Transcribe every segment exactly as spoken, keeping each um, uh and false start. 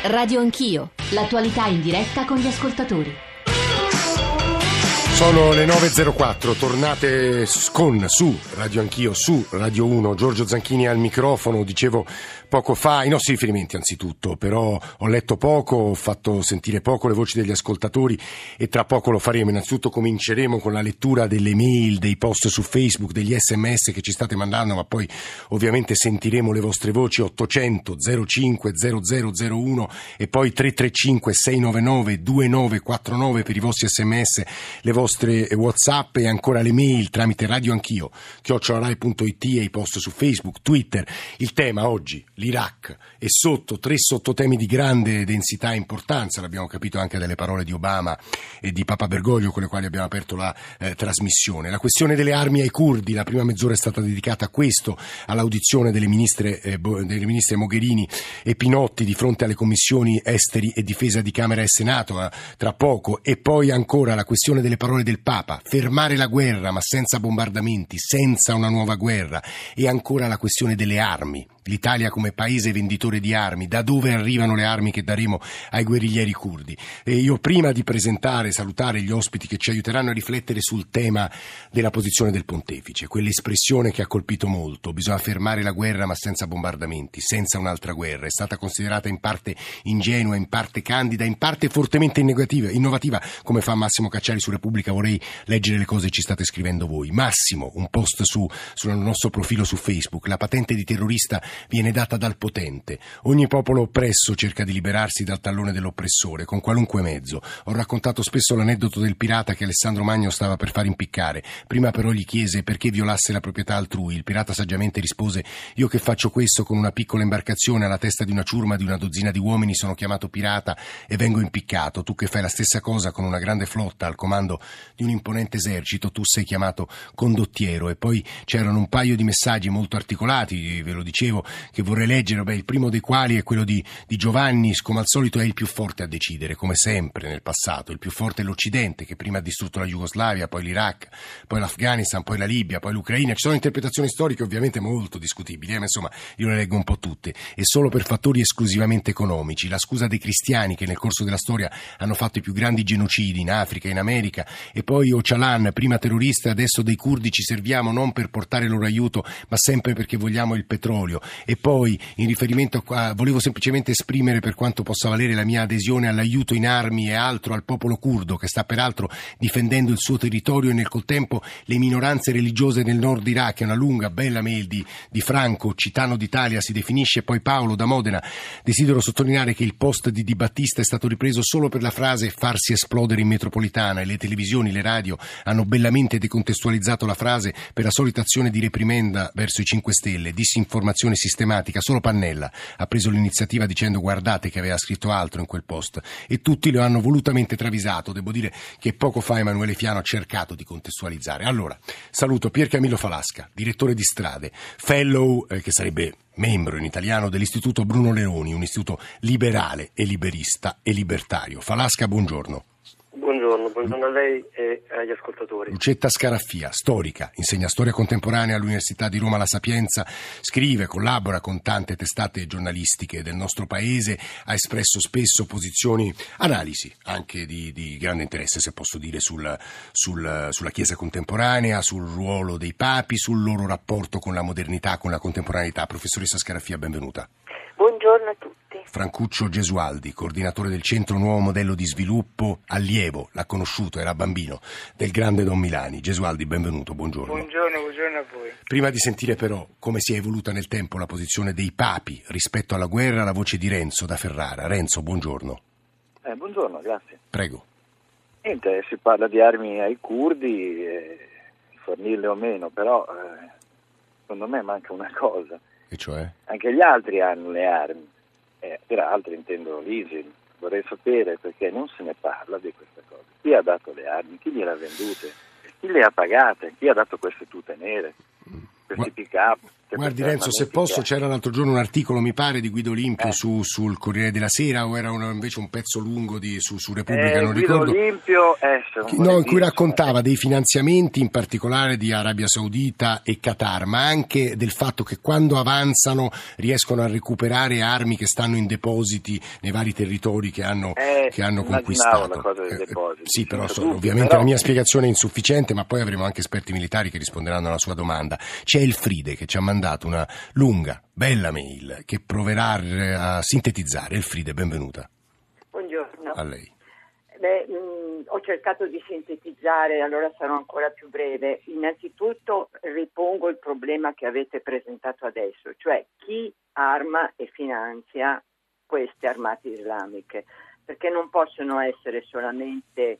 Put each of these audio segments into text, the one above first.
Radio Anch'io, l'attualità in diretta con gli ascoltatori. Sono le nove e zero quattro, tornate con su Radio Anch'io, su Radio uno, Giorgio Zanchini al microfono. Dicevo poco fa i nostri riferimenti anzitutto, però ho letto poco, ho fatto sentire poco le voci degli ascoltatori e tra poco lo faremo. Innanzitutto cominceremo con la lettura delle mail, dei post su Facebook, degli sms che ci state mandando, ma poi ovviamente sentiremo le vostre voci. Ottocento zero cinque zero zero zero uno e poi tre tre cinque sei nove nove due nove quattro nove per i vostri sms, le vostre WhatsApp e ancora le mail tramite Radio Anch'io chiocciola rai punto it e i post su Facebook, Twitter. Il tema oggi, l'Iraq, e sotto tre sottotemi di grande densità e importanza, l'abbiamo capito anche dalle parole di Obama e di Papa Bergoglio con le quali abbiamo aperto la eh, trasmissione. La questione delle armi ai curdi, la prima mezz'ora è stata dedicata a questo, all'audizione delle ministre, eh, delle ministre Mogherini e Pinotti di fronte alle commissioni esteri e difesa di Camera e Senato eh, tra poco, e poi ancora la questione delle parole del Papa, fermare la guerra ma senza bombardamenti, senza una nuova guerra, e ancora la questione delle armi. L'Italia come paese venditore di armi, da dove arrivano le armi che daremo ai guerriglieri curdi? E io, prima di presentare e salutare gli ospiti che ci aiuteranno a riflettere sul tema della posizione del pontefice, quell'espressione che ha colpito molto, bisogna fermare la guerra ma senza bombardamenti, senza un'altra guerra, è stata considerata in parte ingenua, in parte candida, in parte fortemente innovativa, come fa Massimo Cacciari su Repubblica. Vorrei leggere le cose che ci state scrivendo voi. Massimo, un post su, sul nostro profilo su Facebook: la patente di terrorista viene data dal potente. Ogni popolo oppresso cerca di liberarsi dal tallone dell'oppressore con qualunque mezzo. Ho raccontato spesso l'aneddoto del pirata che Alessandro Magno stava per far impiccare. Prima però gli chiese perché violasse la proprietà altrui. Il pirata saggiamente rispose: io che faccio questo con una piccola imbarcazione alla testa di una ciurma di una dozzina di uomini sono chiamato pirata e vengo impiccato. Tu che fai la stessa cosa con una grande flotta al comando di un imponente esercito, tu sei chiamato condottiero. E poi c'erano un paio di messaggi molto articolati, ve lo dicevo, che vorrei leggere. Beh, il primo dei quali è quello di, di Giovanni: come al solito è il più forte a decidere, come sempre nel passato. Il più forte è l'Occidente, che prima ha distrutto la Jugoslavia, poi l'Iraq, poi l'Afghanistan, poi la Libia, poi l'Ucraina. Ci sono interpretazioni storiche ovviamente molto discutibili, eh, ma insomma io le leggo un po' tutte. E solo per fattori esclusivamente economici. La scusa dei cristiani che nel corso della storia hanno fatto i più grandi genocidi in Africa e in America. E poi Öcalan, prima terrorista, adesso dei curdi ci serviamo non per portare loro aiuto, ma sempre perché vogliamo il petrolio. E poi, in riferimento a, volevo semplicemente esprimere, per quanto possa valere, la mia adesione all'aiuto in armi e altro al popolo curdo, che sta peraltro difendendo il suo territorio, e nel contempo le minoranze religiose nel nord Iraq. È una lunga, bella mail di, di Franco, Citano d'Italia si definisce. Poi Paolo da Modena: desidero sottolineare che il post di Di Battista è stato ripreso solo per la frase farsi esplodere in metropolitana, e le televisioni, le radio hanno bellamente decontestualizzato la frase per la solita azione di reprimenda verso i cinque Stelle, disinformazione sistematica. Solo Pannella ha preso l'iniziativa dicendo guardate che aveva scritto altro in quel post, e tutti lo hanno volutamente travisato. Devo dire che poco fa Emanuele Fiano ha cercato di contestualizzare. Allora, saluto Pier Camillo Falasca, direttore di Strade, fellow, eh, che sarebbe membro in italiano, dell'Istituto Bruno Leoni, un istituto liberale e liberista e libertario. Falasca, buongiorno. Buongiorno, buongiorno a lei e agli ascoltatori. Lucetta Scaraffia, storica, insegna storia contemporanea all'Università di Roma La Sapienza, scrive, collabora con tante testate giornalistiche del nostro paese, ha espresso spesso posizioni, analisi anche di, di grande interesse, se posso dire, sul, sul, sulla Chiesa contemporanea, sul ruolo dei papi, sul loro rapporto con la modernità, con la contemporaneità. Professoressa Scaraffia, benvenuta. Buongiorno a tutti. Francuccio Gesualdi, coordinatore del Centro Nuovo Modello di Sviluppo, allievo, l'ha conosciuto, era bambino, del grande Don Milani. Gesualdi, benvenuto, buongiorno. Buongiorno, buongiorno a voi. Prima di sentire però come si è evoluta nel tempo la posizione dei papi rispetto alla guerra, la voce di Renzo da Ferrara. Renzo, buongiorno. Eh, buongiorno, grazie. Prego. Niente, si parla di armi ai curdi, eh, fornirle o meno, però eh, secondo me manca una cosa. E cioè? Anche gli altri hanno le armi, eh, per altri intendo l'I S I L. Vorrei sapere perché non se ne parla di questa cosa. Chi ha dato le armi? Chi gliele ha vendute? Chi le ha pagate? Chi ha dato queste tute nere? Questi Ma... pick-up? Guardi Renzo, se posso, c'era l'altro giorno un articolo, mi pare, di Guido Olimpio eh. su, sul Corriere della Sera, o era un, invece un pezzo lungo di, su, su Repubblica, eh, non Guido ricordo. Olimpio, eh, no, in cui raccontava dei finanziamenti, in particolare di Arabia Saudita e Qatar, ma anche del fatto che quando avanzano riescono a recuperare armi che stanno in depositi nei vari territori che hanno, eh, che hanno conquistato. La cosa dei depositi. Eh, sì, però so, dubbio, ovviamente però... la mia spiegazione è insufficiente, ma poi avremo anche esperti militari che risponderanno alla sua domanda. C'è il Fride che ci ha mandato una lunga, bella mail che proverà a sintetizzare. Elfride, benvenuta. Buongiorno. A lei. Beh, mh, ho cercato di sintetizzare, allora sarò ancora più breve. Innanzitutto ripongo il problema che avete presentato adesso, cioè chi arma e finanzia queste armate islamiche, perché non possono essere solamente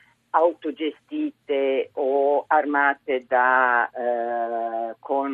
autogestite o armate da, eh, con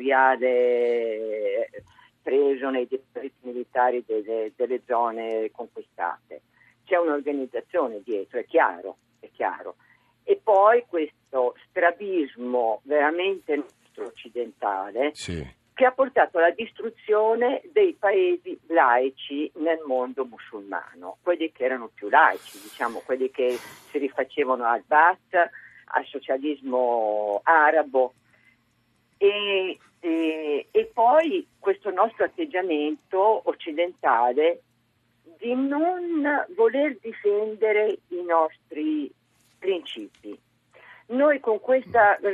materiale preso nei distretti militari delle, delle zone conquistate. C'è un'organizzazione dietro, è chiaro, è chiaro. E poi questo strabismo veramente nostro occidentale, sì, che ha portato alla distruzione dei paesi laici nel mondo musulmano, quelli che erano più laici, diciamo, quelli che si rifacevano al Baath, al socialismo arabo. E, e, e poi questo nostro atteggiamento occidentale di non voler difendere i nostri principi. Noi con questo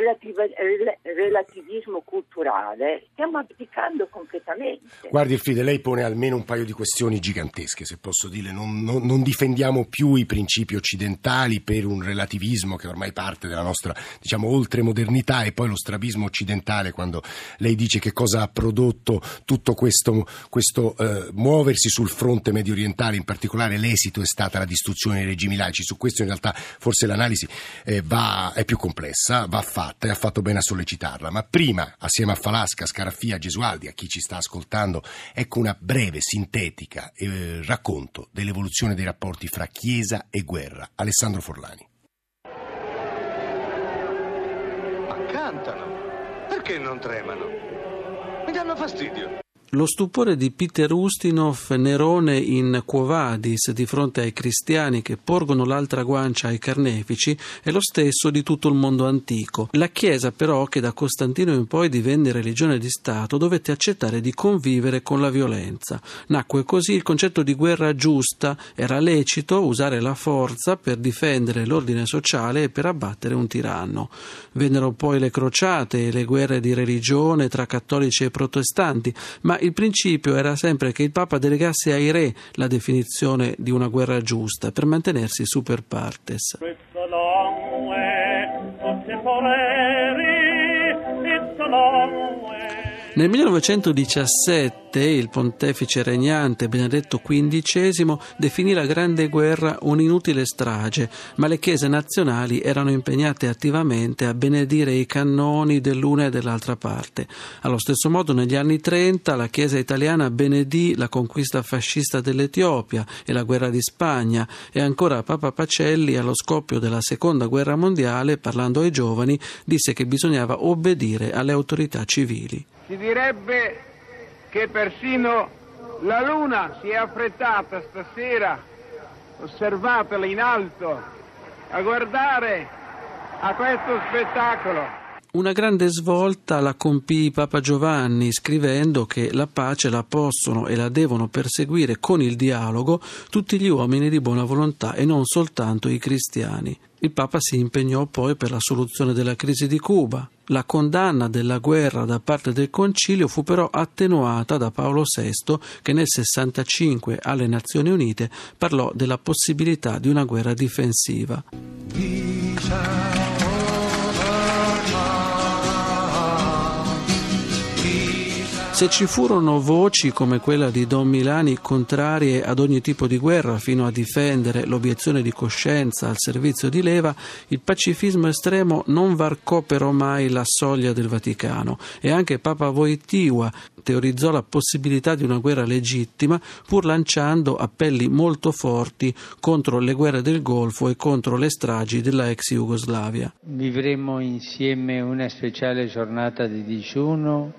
relativismo culturale stiamo abdicando completamente. Guardi Elfride, lei pone almeno un paio di questioni gigantesche, se posso dire. Non, non, non difendiamo più i principi occidentali per un relativismo che ormai parte della nostra, diciamo, oltremodernità, e poi lo strabismo occidentale, quando lei dice che cosa ha prodotto tutto questo, questo eh, muoversi sul fronte medio orientale, in particolare l'esito è stata la distruzione dei regimi laici. Su questo in realtà forse l'analisi eh, va... è più complessa, va fatta e ha fatto bene a sollecitarla, ma prima, assieme a Falasca, Scaraffia, Gesualdi, a chi ci sta ascoltando, ecco una breve, sintetica eh, racconto dell'evoluzione dei rapporti fra Chiesa e guerra. Alessandro Forlani. Ma cantano, perché non tremano? Mi danno fastidio. Lo stupore di Peter Ustinov, Nerone in Quo Vadis, di fronte ai cristiani che porgono l'altra guancia ai carnefici, è lo stesso di tutto il mondo antico. La Chiesa però, che da Costantino in poi divenne religione di Stato, dovette accettare di convivere con la violenza. Nacque così il concetto di guerra giusta. Era lecito usare la forza per difendere l'ordine sociale e per abbattere un tiranno. Vennero poi le crociate e le guerre di religione tra cattolici e protestanti, ma il principio era sempre che il Papa delegasse ai re la definizione di una guerra giusta per mantenersi super partes. Nel millenovecentodiciassette il pontefice regnante Benedetto quindicesimo definì la Grande Guerra un'inutile strage, ma le chiese nazionali erano impegnate attivamente a benedire i cannoni dell'una e dell'altra parte. Allo stesso modo negli anni trenta la Chiesa italiana benedì la conquista fascista dell'Etiopia e la guerra di Spagna, e ancora Papa Pacelli allo scoppio della Seconda Guerra Mondiale, parlando ai giovani, disse che bisognava obbedire alle autorità civili. Si direbbe che persino la luna si è affrettata stasera, osservatela in alto, a guardare a questo spettacolo. Una grande svolta la compì Papa Giovanni, scrivendo che la pace la possono e la devono perseguire con il dialogo tutti gli uomini di buona volontà e non soltanto i cristiani. Il Papa si impegnò poi per la soluzione della crisi di Cuba. La condanna della guerra da parte del Concilio fu però attenuata da Paolo sesto, che nel sessantacinque alle Nazioni Unite parlò della possibilità di una guerra difensiva. Se ci furono voci come quella di Don Milani contrarie ad ogni tipo di guerra fino a difendere l'obiezione di coscienza al servizio di leva, il pacifismo estremo non varcò però mai la soglia del Vaticano, e anche Papa Wojtyła teorizzò la possibilità di una guerra legittima, pur lanciando appelli molto forti contro le guerre del Golfo e contro le stragi della ex Jugoslavia. Vivremo insieme una speciale giornata di digiuno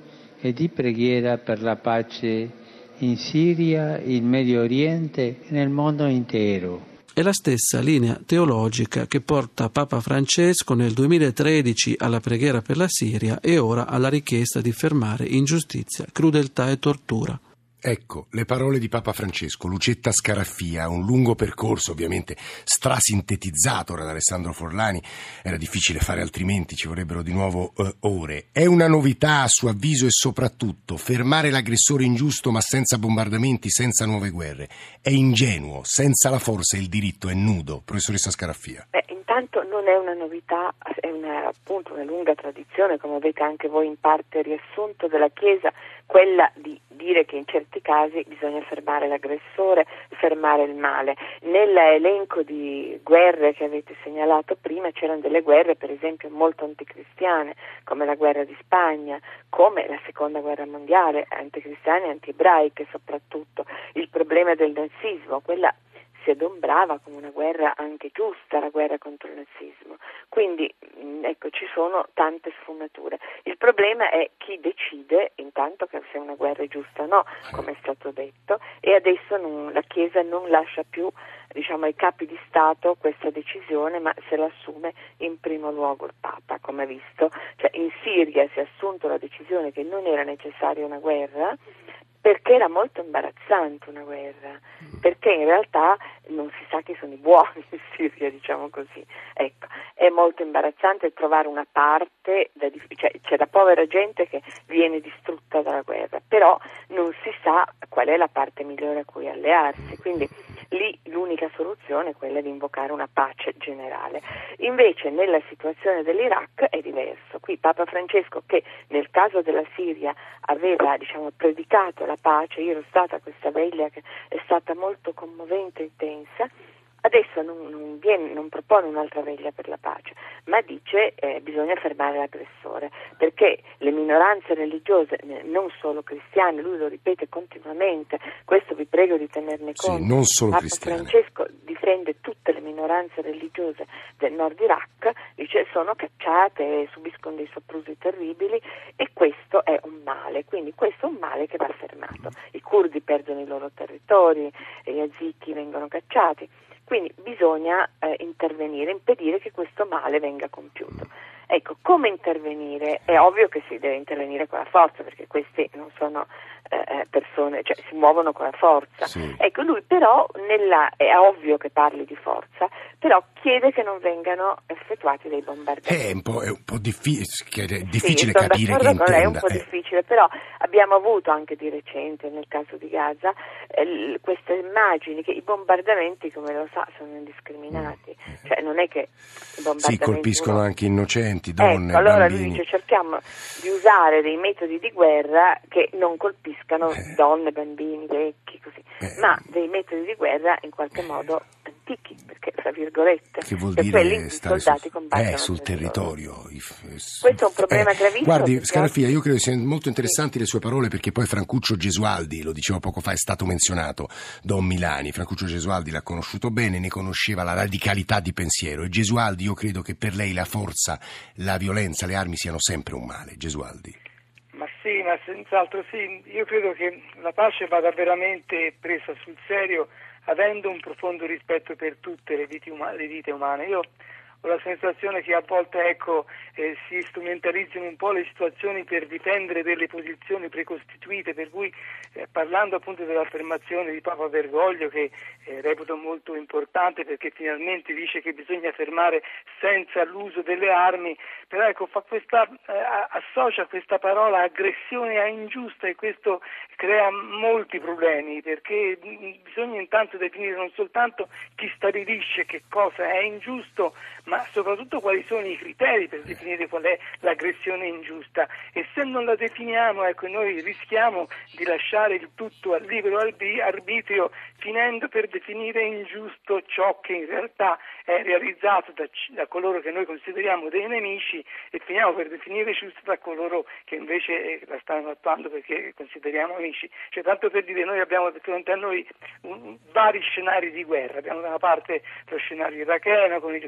e di preghiera per la pace in Siria, in Medio Oriente e nel mondo intero. È la stessa linea teologica che porta Papa Francesco nel duemilatredici alla preghiera per la Siria e ora alla richiesta di fermare ingiustizia, crudeltà e tortura. Ecco, le parole di Papa Francesco, Lucetta Scaraffia, un lungo percorso ovviamente strasintetizzato da Alessandro Forlani, era difficile fare altrimenti, ci vorrebbero di nuovo eh, ore. È una novità a suo avviso e soprattutto fermare l'aggressore ingiusto ma senza bombardamenti, senza nuove guerre. È ingenuo, senza la forza e il diritto, è nudo. Professoressa Scaraffia. Beh, intanto non è una novità, è una, appunto una lunga tradizione, come avete anche voi in parte riassunto, della Chiesa, quella di dire che in certi casi bisogna fermare l'aggressore, fermare il male. Nell'elenco di guerre che avete segnalato prima c'erano delle guerre per esempio molto anticristiane, come la guerra di Spagna, come la seconda guerra mondiale, anticristiane e antiebraiche soprattutto. Il problema del nazismo, quella si adombrava come una guerra anche giusta, la guerra contro il nazismo. Quindi ecco, ci sono tante sfumature. Il problema è chi decide intanto che se una guerra è giusta o no, come è stato detto, e adesso non, la Chiesa non lascia più, diciamo, ai capi di Stato questa decisione, ma se l'assume in primo luogo il Papa, come visto. Cioè, in Siria si è assunto la decisione che non era necessaria una guerra, perché era molto imbarazzante una guerra, perché in realtà non si sa chi sono i buoni in Siria, diciamo così. Ecco, è molto imbarazzante trovare una parte, da, cioè c'è la povera gente che viene distrutta dalla guerra, però non si sa qual è la parte migliore a cui allearsi, quindi lì l'unica soluzione è quella di invocare una pace generale. Invece nella situazione dell'Iraq è diverso. Qui Papa Francesco, che nel caso della Siria aveva, diciamo, predicato la pace, io ero stata a questa veglia che è stata molto commovente e intensa, adesso non, non, viene, non propone un'altra veglia per la pace, ma dice eh, bisogna fermare l'aggressore, perché le minoranze religiose, non solo cristiane, lui lo ripete continuamente, questo vi prego di tenerne conto. Sì, non solo Papa cristiane. Francesco difende tutte le minoranze religiose del nord Iraq, dice sono cacciate, subiscono dei soprusi terribili e questo è un male, quindi questo è un male che va fermato. I curdi perdono i loro territori, gli azichi vengono cacciati. Quindi bisogna eh, intervenire, impedire che questo male venga compiuto. Ecco, come intervenire? È ovvio che si deve intervenire con la forza, perché questi non sono eh, persone, cioè si muovono con la forza. Sì. Ecco, lui però, nella, è ovvio che parli di forza, però chiede che non vengano effettuati dei bombardamenti. È un po', è un po' difficile, è difficile sì, sono capire che d'accordo con lei, è un intenda. po' eh. difficile, però abbiamo avuto anche di recente, nel caso di Gaza, eh, queste immagini che i bombardamenti, come lo sa, sono indiscriminati, cioè non è che i bombardamenti... Sì, colpiscono uno... anche innocenti, donne, ecco, allora bambini. lui dice cerchiamo di usare dei metodi di guerra che non colpiscano Eh. donne, bambini, vecchi, così, Eh. ma dei metodi di guerra in qualche modo antichi, perché fra virgolette, Che vuol per dire quelli i stare soldati sul, combattono eh, sul tra di loro. territorio. Questo è un problema gravissimo. Guardi, perché Scaraffia, io credo siano molto interessanti le sue parole, perché poi Francuccio Gesualdi, lo dicevo poco fa, è stato menzionato, Don Milani. Francuccio Gesualdi l'ha conosciuto bene, ne conosceva la radicalità di pensiero, e Gesualdi, io credo che per lei la forza, la violenza, le armi siano sempre un male. Gesualdi. Ma sì, ma senz'altro sì. Io credo che la pace vada veramente presa sul serio, avendo un profondo rispetto per tutte le vite, um- le vite umane. Io ho la sensazione che a volte ecco, eh, si strumentalizzino un po' le situazioni per difendere delle posizioni precostituite, per cui eh, parlando appunto dell'affermazione di Papa Bergoglio, che eh, reputo molto importante perché finalmente dice che bisogna fermare senza l'uso delle armi, però ecco fa questa, eh, associa questa parola aggressione a ingiusta, e questo crea molti problemi, perché bisogna intanto definire non soltanto chi stabilisce che cosa è ingiusto, ma soprattutto quali sono i criteri per definire qual è l'aggressione ingiusta, e se non la definiamo, ecco, noi rischiamo di lasciare il tutto al libero arbitrio, finendo per definire ingiusto ciò che in realtà è realizzato da, da coloro che noi consideriamo dei nemici, e finiamo per definire giusto da coloro che invece la stanno attuando perché consideriamo amici. Cioè, tanto per dire, noi abbiamo di fronte a noi un, vari scenari di guerra. Abbiamo da una parte lo scenario iracheno con il governo sì.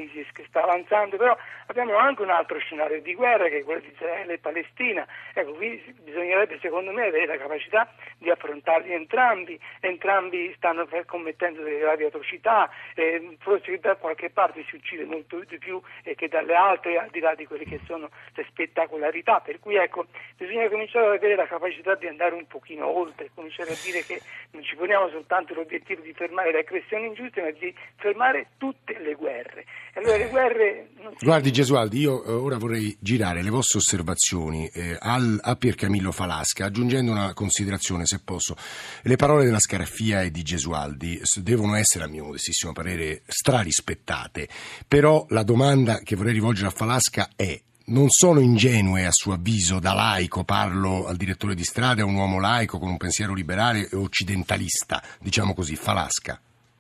l'ISIS che sta avanzando, però abbiamo anche un altro scenario di guerra che è quello di Israele e Palestina. Ecco, qui bisognerebbe secondo me avere la capacità di affrontarli entrambi, entrambi stanno commettendo delle gravi atrocità, eh, forse da qualche parte si uccide molto di più e che dalle altre, al di là di quelle che sono le spettacolarità, per cui ecco, bisogna cominciare ad avere la capacità di andare un pochino oltre, cominciare a dire che non ci poniamo soltanto l'obiettivo di fermare le aggressioni ingiuste, ma di fermare tutte le guerre. E allora le guerre non si... Guardi Gesualdi, io eh, ora vorrei girare le vostre osservazioni eh, al, a Piercamillo Falasca, aggiungendo una considerazione, se posso. Le parole della Scaraffia e di Gesualdi devono essere, a mio modestissimo parere, strarispettate, però la domanda che vorrei rivolgere a Falasca è: non sono ingenue, a suo avviso, da laico, parlo al direttore di strada, è un uomo laico con un pensiero liberale e occidentalista, diciamo così, Falasca?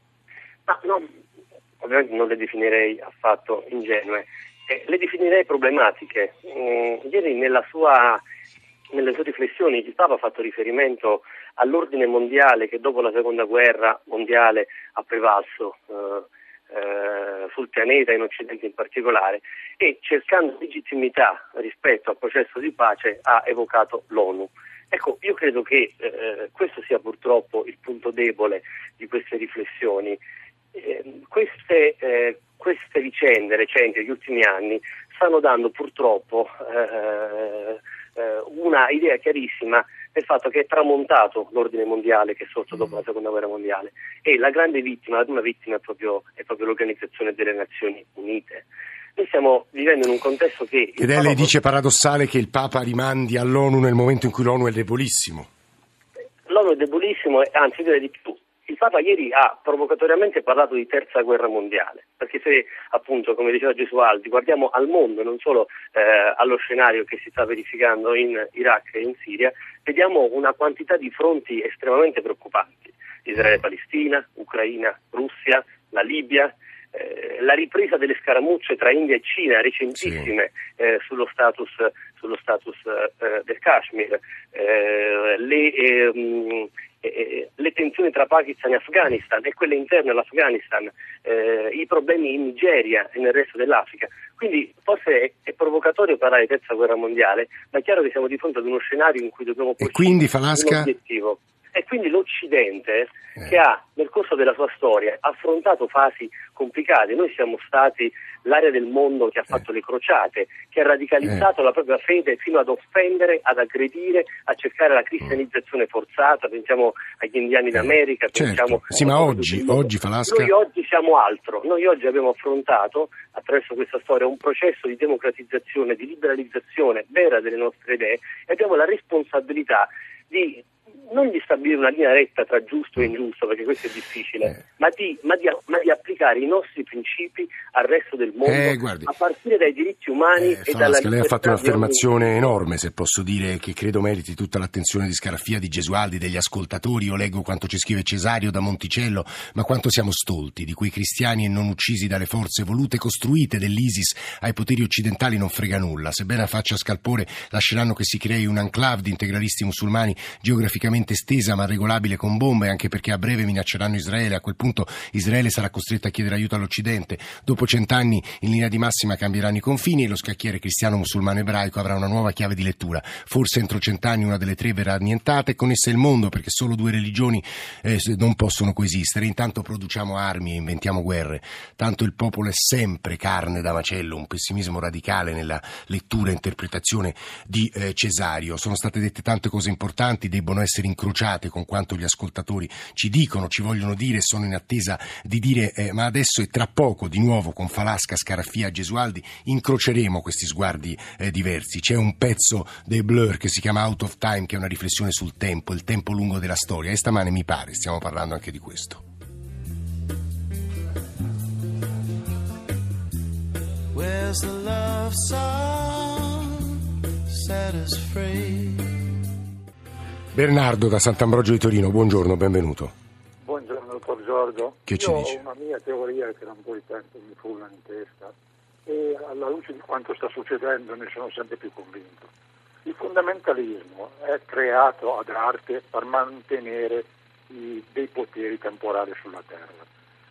Ma no, ovviamente non le definirei affatto ingenue, eh, le definirei problematiche. Mm, ieri nella sua, nelle sue riflessioni il Papa ha fatto riferimento all'ordine mondiale che dopo la seconda guerra mondiale ha prevalso eh, eh, sul pianeta, in Occidente in particolare, e cercando legittimità rispetto al processo di pace ha evocato l'ONU. Ecco, io credo che eh, questo sia purtroppo il punto debole di queste riflessioni. Eh, queste, eh, queste vicende recenti degli ultimi anni stanno dando purtroppo eh, eh, una idea chiarissima del fatto che è tramontato l'ordine mondiale che è sorto dopo la seconda guerra mondiale, e la grande vittima, la prima vittima è proprio, è proprio l'Organizzazione delle Nazioni Unite. Noi stiamo vivendo in un contesto che... Ed è, lei dice, paradossale che il Papa rimandi all'ONU nel momento in cui l'ONU è debolissimo. L'ONU è debolissimo, e anzi direi di più. Il Papa ieri ha provocatoriamente parlato di terza guerra mondiale, perché se appunto, come diceva Gesualdi, guardiamo al mondo e non solo eh, allo scenario che si sta verificando in Iraq e in Siria, vediamo una quantità di fronti estremamente preoccupanti: Israele-Palestina, Ucraina, Russia, la Libia, eh, la ripresa delle scaramucce tra India e Cina recentissime sì. eh, sullo status, sullo status eh, del Kashmir, eh, le... Eh, le tensioni tra Pakistan e Afghanistan e quelle interne all'Afghanistan, eh, i problemi in Nigeria e nel resto dell'Africa. Quindi forse è, è provocatorio parlare di terza guerra mondiale, ma è chiaro che siamo di fronte ad uno scenario in cui dobbiamo porci un obiettivo. E quindi l'Occidente, eh. che ha nel corso della sua storia affrontato fasi complicate, noi siamo stati l'area del mondo che ha fatto eh. le crociate, che ha radicalizzato eh. la propria fede fino ad offendere, ad aggredire, a cercare la cristianizzazione forzata, pensiamo agli indiani d'America, certo. pensiamo... Sì, ma oggi, oggi Falasca... Noi oggi siamo altro, noi oggi abbiamo affrontato, attraverso questa storia, un processo di democratizzazione, di liberalizzazione vera delle nostre idee, e abbiamo la responsabilità di non di stabilire una linea retta tra giusto e ingiusto, perché questo è difficile, eh. ma, di, ma, di, ma di applicare i nostri principi al resto del mondo, eh, guardi, a partire dai diritti umani eh, e Falasca, dalla lei ha fatto un'affermazione ogni... enorme, se posso dire, che credo meriti tutta l'attenzione di Scaraffia, di Gesualdi, degli ascoltatori. Io leggo quanto ci scrive Cesario da Monticello: ma quanto siamo stolti di quei cristiani e non uccisi dalle forze volute costruite dell'ISIS. Ai poteri occidentali non frega nulla, sebbene a faccia scalpore lasceranno che si crei un enclave di integralisti musulmani geograficamente estesa ma regolabile con bombe, anche perché a breve minacceranno Israele. A quel punto Israele sarà costretto a chiedere aiuto all'Occidente. Dopo cent'anni in linea di massima cambieranno i confini e lo scacchiere cristiano musulmano ebraico avrà una nuova chiave di lettura. Forse entro cent'anni una delle tre verrà annientata e con essa il mondo, perché solo due religioni eh, non possono coesistere. Intanto produciamo armi e inventiamo guerre. Tanto il popolo è sempre carne da macello. Un pessimismo radicale nella lettura e interpretazione di eh, Cesario. Sono state dette tante cose importanti, debbono essere incrociate con quanto gli ascoltatori ci dicono, ci vogliono dire, sono in attesa di dire, eh, ma adesso e tra poco di nuovo con Falasca, Scaraffia, Gesualdi incroceremo questi sguardi eh, diversi. C'è un pezzo dei Blur che si chiama Out of Time, che è una riflessione sul tempo, il tempo lungo della storia, e stamane mi pare stiamo parlando anche di questo. Where's the love song set us free? Bernardo da Sant'Ambrogio di Torino, buongiorno, benvenuto. Buongiorno dottor Giorgio. Che ci Io dice? ho una mia teoria che da un po' di tempo mi frulla in testa e alla luce di quanto sta succedendo ne sono sempre più convinto. Il fondamentalismo è creato ad arte per mantenere i, dei poteri temporali sulla terra.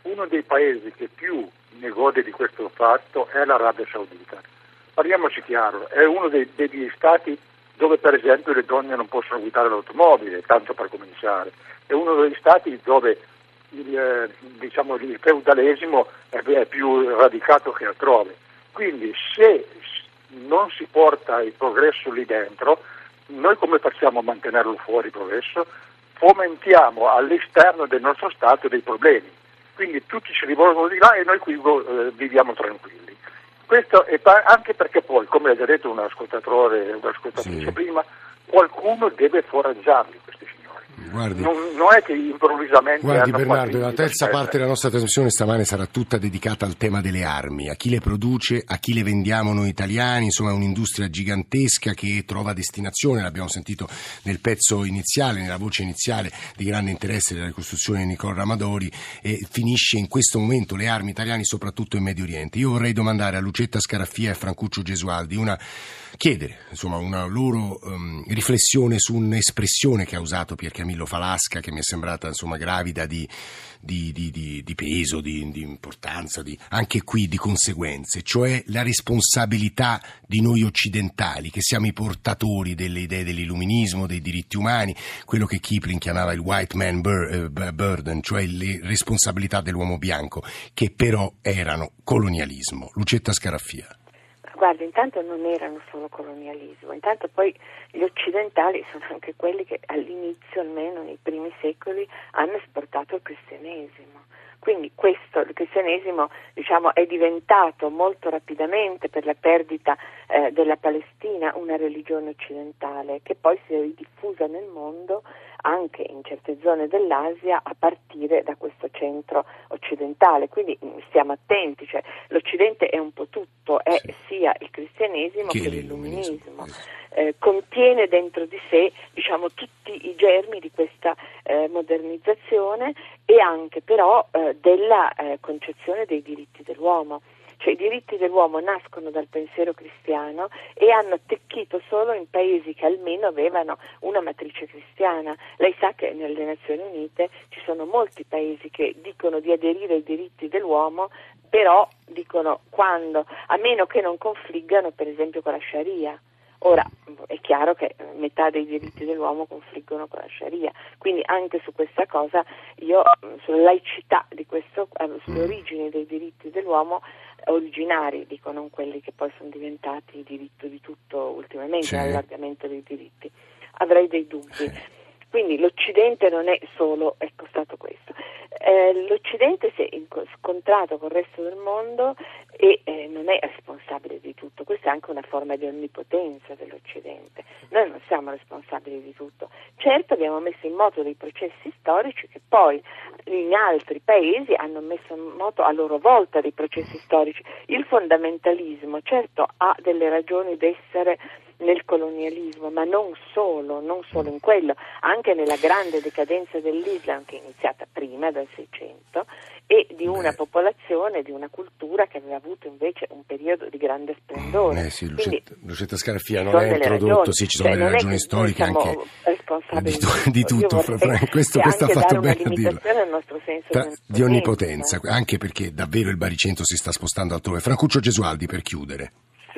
uno dei paesi che più ne gode di questo fatto è l'Arabia Saudita. Parliamoci chiaro, è uno dei, degli stati dove per esempio le donne non possono guidare l'automobile, tanto per cominciare. È uno degli stati dove il, eh, diciamo, il feudalesimo è, è più radicato che altrove. Quindi se non si porta il progresso lì dentro, noi come facciamo a mantenerlo fuori il progresso? Fomentiamo all'esterno del nostro Stato dei problemi. Quindi tutti ci rivolgono di là e noi qui eh, viviamo tranquilli. Questo è pa- anche perché poi, come ha già detto un ascoltatore, un'ascoltatrice sì. prima, qualcuno deve foraggiarli questi signori. Guardi, non, non è che improvvisamente guardi hanno Bernardo, la terza di parte della nostra trasmissione stamane sarà tutta dedicata al tema delle armi, a chi le produce, a chi le vendiamo noi italiani, insomma è un'industria gigantesca che trova destinazione, l'abbiamo sentito nel pezzo iniziale, nella voce iniziale di grande interesse della ricostruzione di Nicola Ramadori, e finisce in questo momento le armi italiane soprattutto in Medio Oriente. Io vorrei domandare a Lucetta Scaraffia e a Francuccio Gesualdi una chiedere insomma una loro um, riflessione su un'espressione che ha usato Pier Camillo Falasca, che mi è sembrata insomma gravida di, di, di, di, di peso, di, di importanza, di, anche qui di conseguenze, cioè la responsabilità di noi occidentali, che siamo i portatori delle idee dell'illuminismo, dei diritti umani, quello che Kipling chiamava il white man bur- uh, burden, cioè le responsabilità dell'uomo bianco, che però erano colonialismo. Lucetta Scaraffia. Guarda, intanto non erano solo colonialismo, intanto poi gli occidentali sono anche quelli che all'inizio, almeno nei primi secoli, hanno esportato il cristianesimo. Quindi questo, il cristianesimo, diciamo, è diventato molto rapidamente, per la perdita eh, della Palestina, una religione occidentale che poi si è ridiffusa nel mondo, anche in certe zone dell'Asia, a partire da questo centro occidentale. Quindi stiamo attenti, cioè l'Occidente è un po' tutto, è sì. sia il cristianesimo che, che l'illuminismo. Eh, contiene dentro di sé, diciamo, tutti i germi di questa eh, modernizzazione e anche però eh, della eh, concezione dei diritti dell'uomo. Cioè i diritti dell'uomo nascono dal pensiero cristiano e hanno attecchito solo in paesi che almeno avevano una matrice cristiana. Lei sa che nelle Nazioni Unite ci sono molti paesi che dicono di aderire ai diritti dell'uomo, però dicono quando, a meno che non confliggano per esempio con la Sharia. Ora è chiaro che metà dei diritti dell'uomo confliggono con la Sharia, quindi anche su questa cosa io, sulla laicità di questo, sulle origini dei diritti dell'uomo originari, dico non quelli che poi sono diventati il diritto di tutto ultimamente, sì. l'allargamento dei diritti, avrei dei dubbi. Quindi l'Occidente non è solo, ecco, stato questo. Eh, L'Occidente si è scontrato col resto del mondo e eh, non è responsabile di tutto. Questa è anche una forma di onnipotenza dell'Occidente. Noi non siamo responsabili di tutto. Certo abbiamo messo in moto dei processi storici che poi in altri paesi hanno messo in moto a loro volta dei processi storici. Il fondamentalismo certo ha delle ragioni d'essere nel colonialismo, ma non solo, non solo in quello, anche nella grande decadenza dell'Islam che è iniziata prima dal Seicento e di una Beh. popolazione, di una cultura che aveva avuto invece un periodo di grande splendore. Eh sì, Lucetta, Lucetta Scaraffia non è introdotto, ragioni. sì, ci sono cioè, delle ragioni storiche anche responsabili di, di tutto, Frank, questo, questo ha fatto bene a dirlo. Al nostro senso Tra, di onnipotenza, anche perché davvero il baricentro si sta spostando altrove. Francuccio Gesualdi, per chiudere.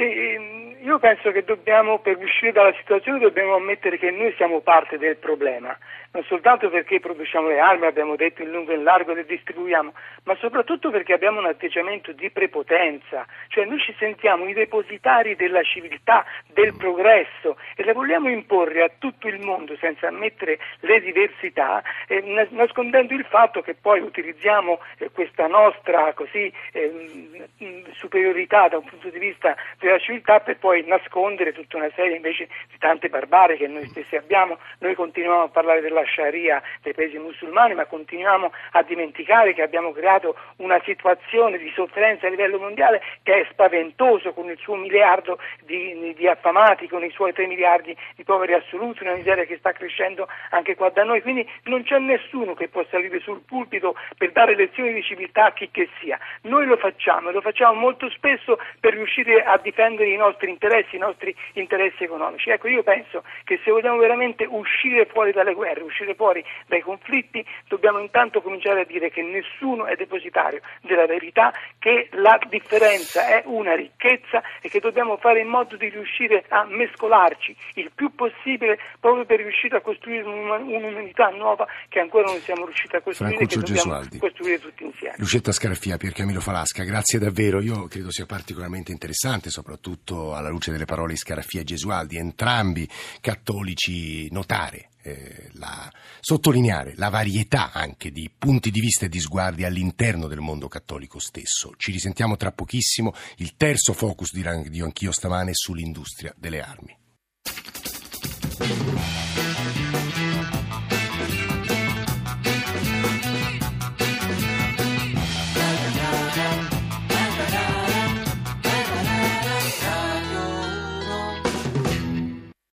Io penso che dobbiamo, per uscire dalla situazione, dobbiamo ammettere che noi siamo parte del problema, non soltanto perché produciamo le armi, abbiamo detto in lungo e in largo, le distribuiamo, ma soprattutto perché abbiamo un atteggiamento di prepotenza, cioè noi ci sentiamo i depositari della civiltà, del progresso e la vogliamo imporre a tutto il mondo senza ammettere le diversità, eh, nascondendo il fatto che poi utilizziamo eh, questa nostra così eh, superiorità da un punto di vista della civiltà per poi nascondere tutta una serie invece di tante barbarie che noi stessi abbiamo. Noi continuiamo a parlare della Sharia dei paesi musulmani, ma continuiamo a dimenticare che abbiamo creato una situazione di sofferenza a livello mondiale che è spaventoso, con il suo miliardo di, di affamati, con i suoi tre miliardi di poveri assoluti, una miseria che sta crescendo anche qua da noi. Quindi non c'è nessuno che possa salire sul pulpito per dare lezioni di civiltà a chi che sia. Noi lo facciamo e lo facciamo molto spesso per riuscire a difendere i nostri interessi, i nostri interessi economici. Ecco, io penso che se vogliamo veramente uscire fuori dalle guerre, uscire fuori dai conflitti, dobbiamo intanto cominciare a dire che nessuno è depositario della verità, che la differenza è una ricchezza e che dobbiamo fare in modo di riuscire a mescolarci il più possibile proprio per riuscire a costruire un'umanità nuova che ancora non siamo riusciti a costruire e che dobbiamo Gesualdi. costruire tutti insieme. Lucetta Scarafia, Pier Camillo Falasca, grazie davvero. Io credo sia particolarmente interessante, soprattutto alla luce delle parole di Scarafia e Gesualdi, entrambi cattolici, notare, eh, la, sottolineare la varietà anche di punti di vista e di sguardi all'interno del mondo cattolico stesso. Ci risentiamo tra pochissimo. Il terzo focus di Radio Anch'io stamane è sull'industria delle armi.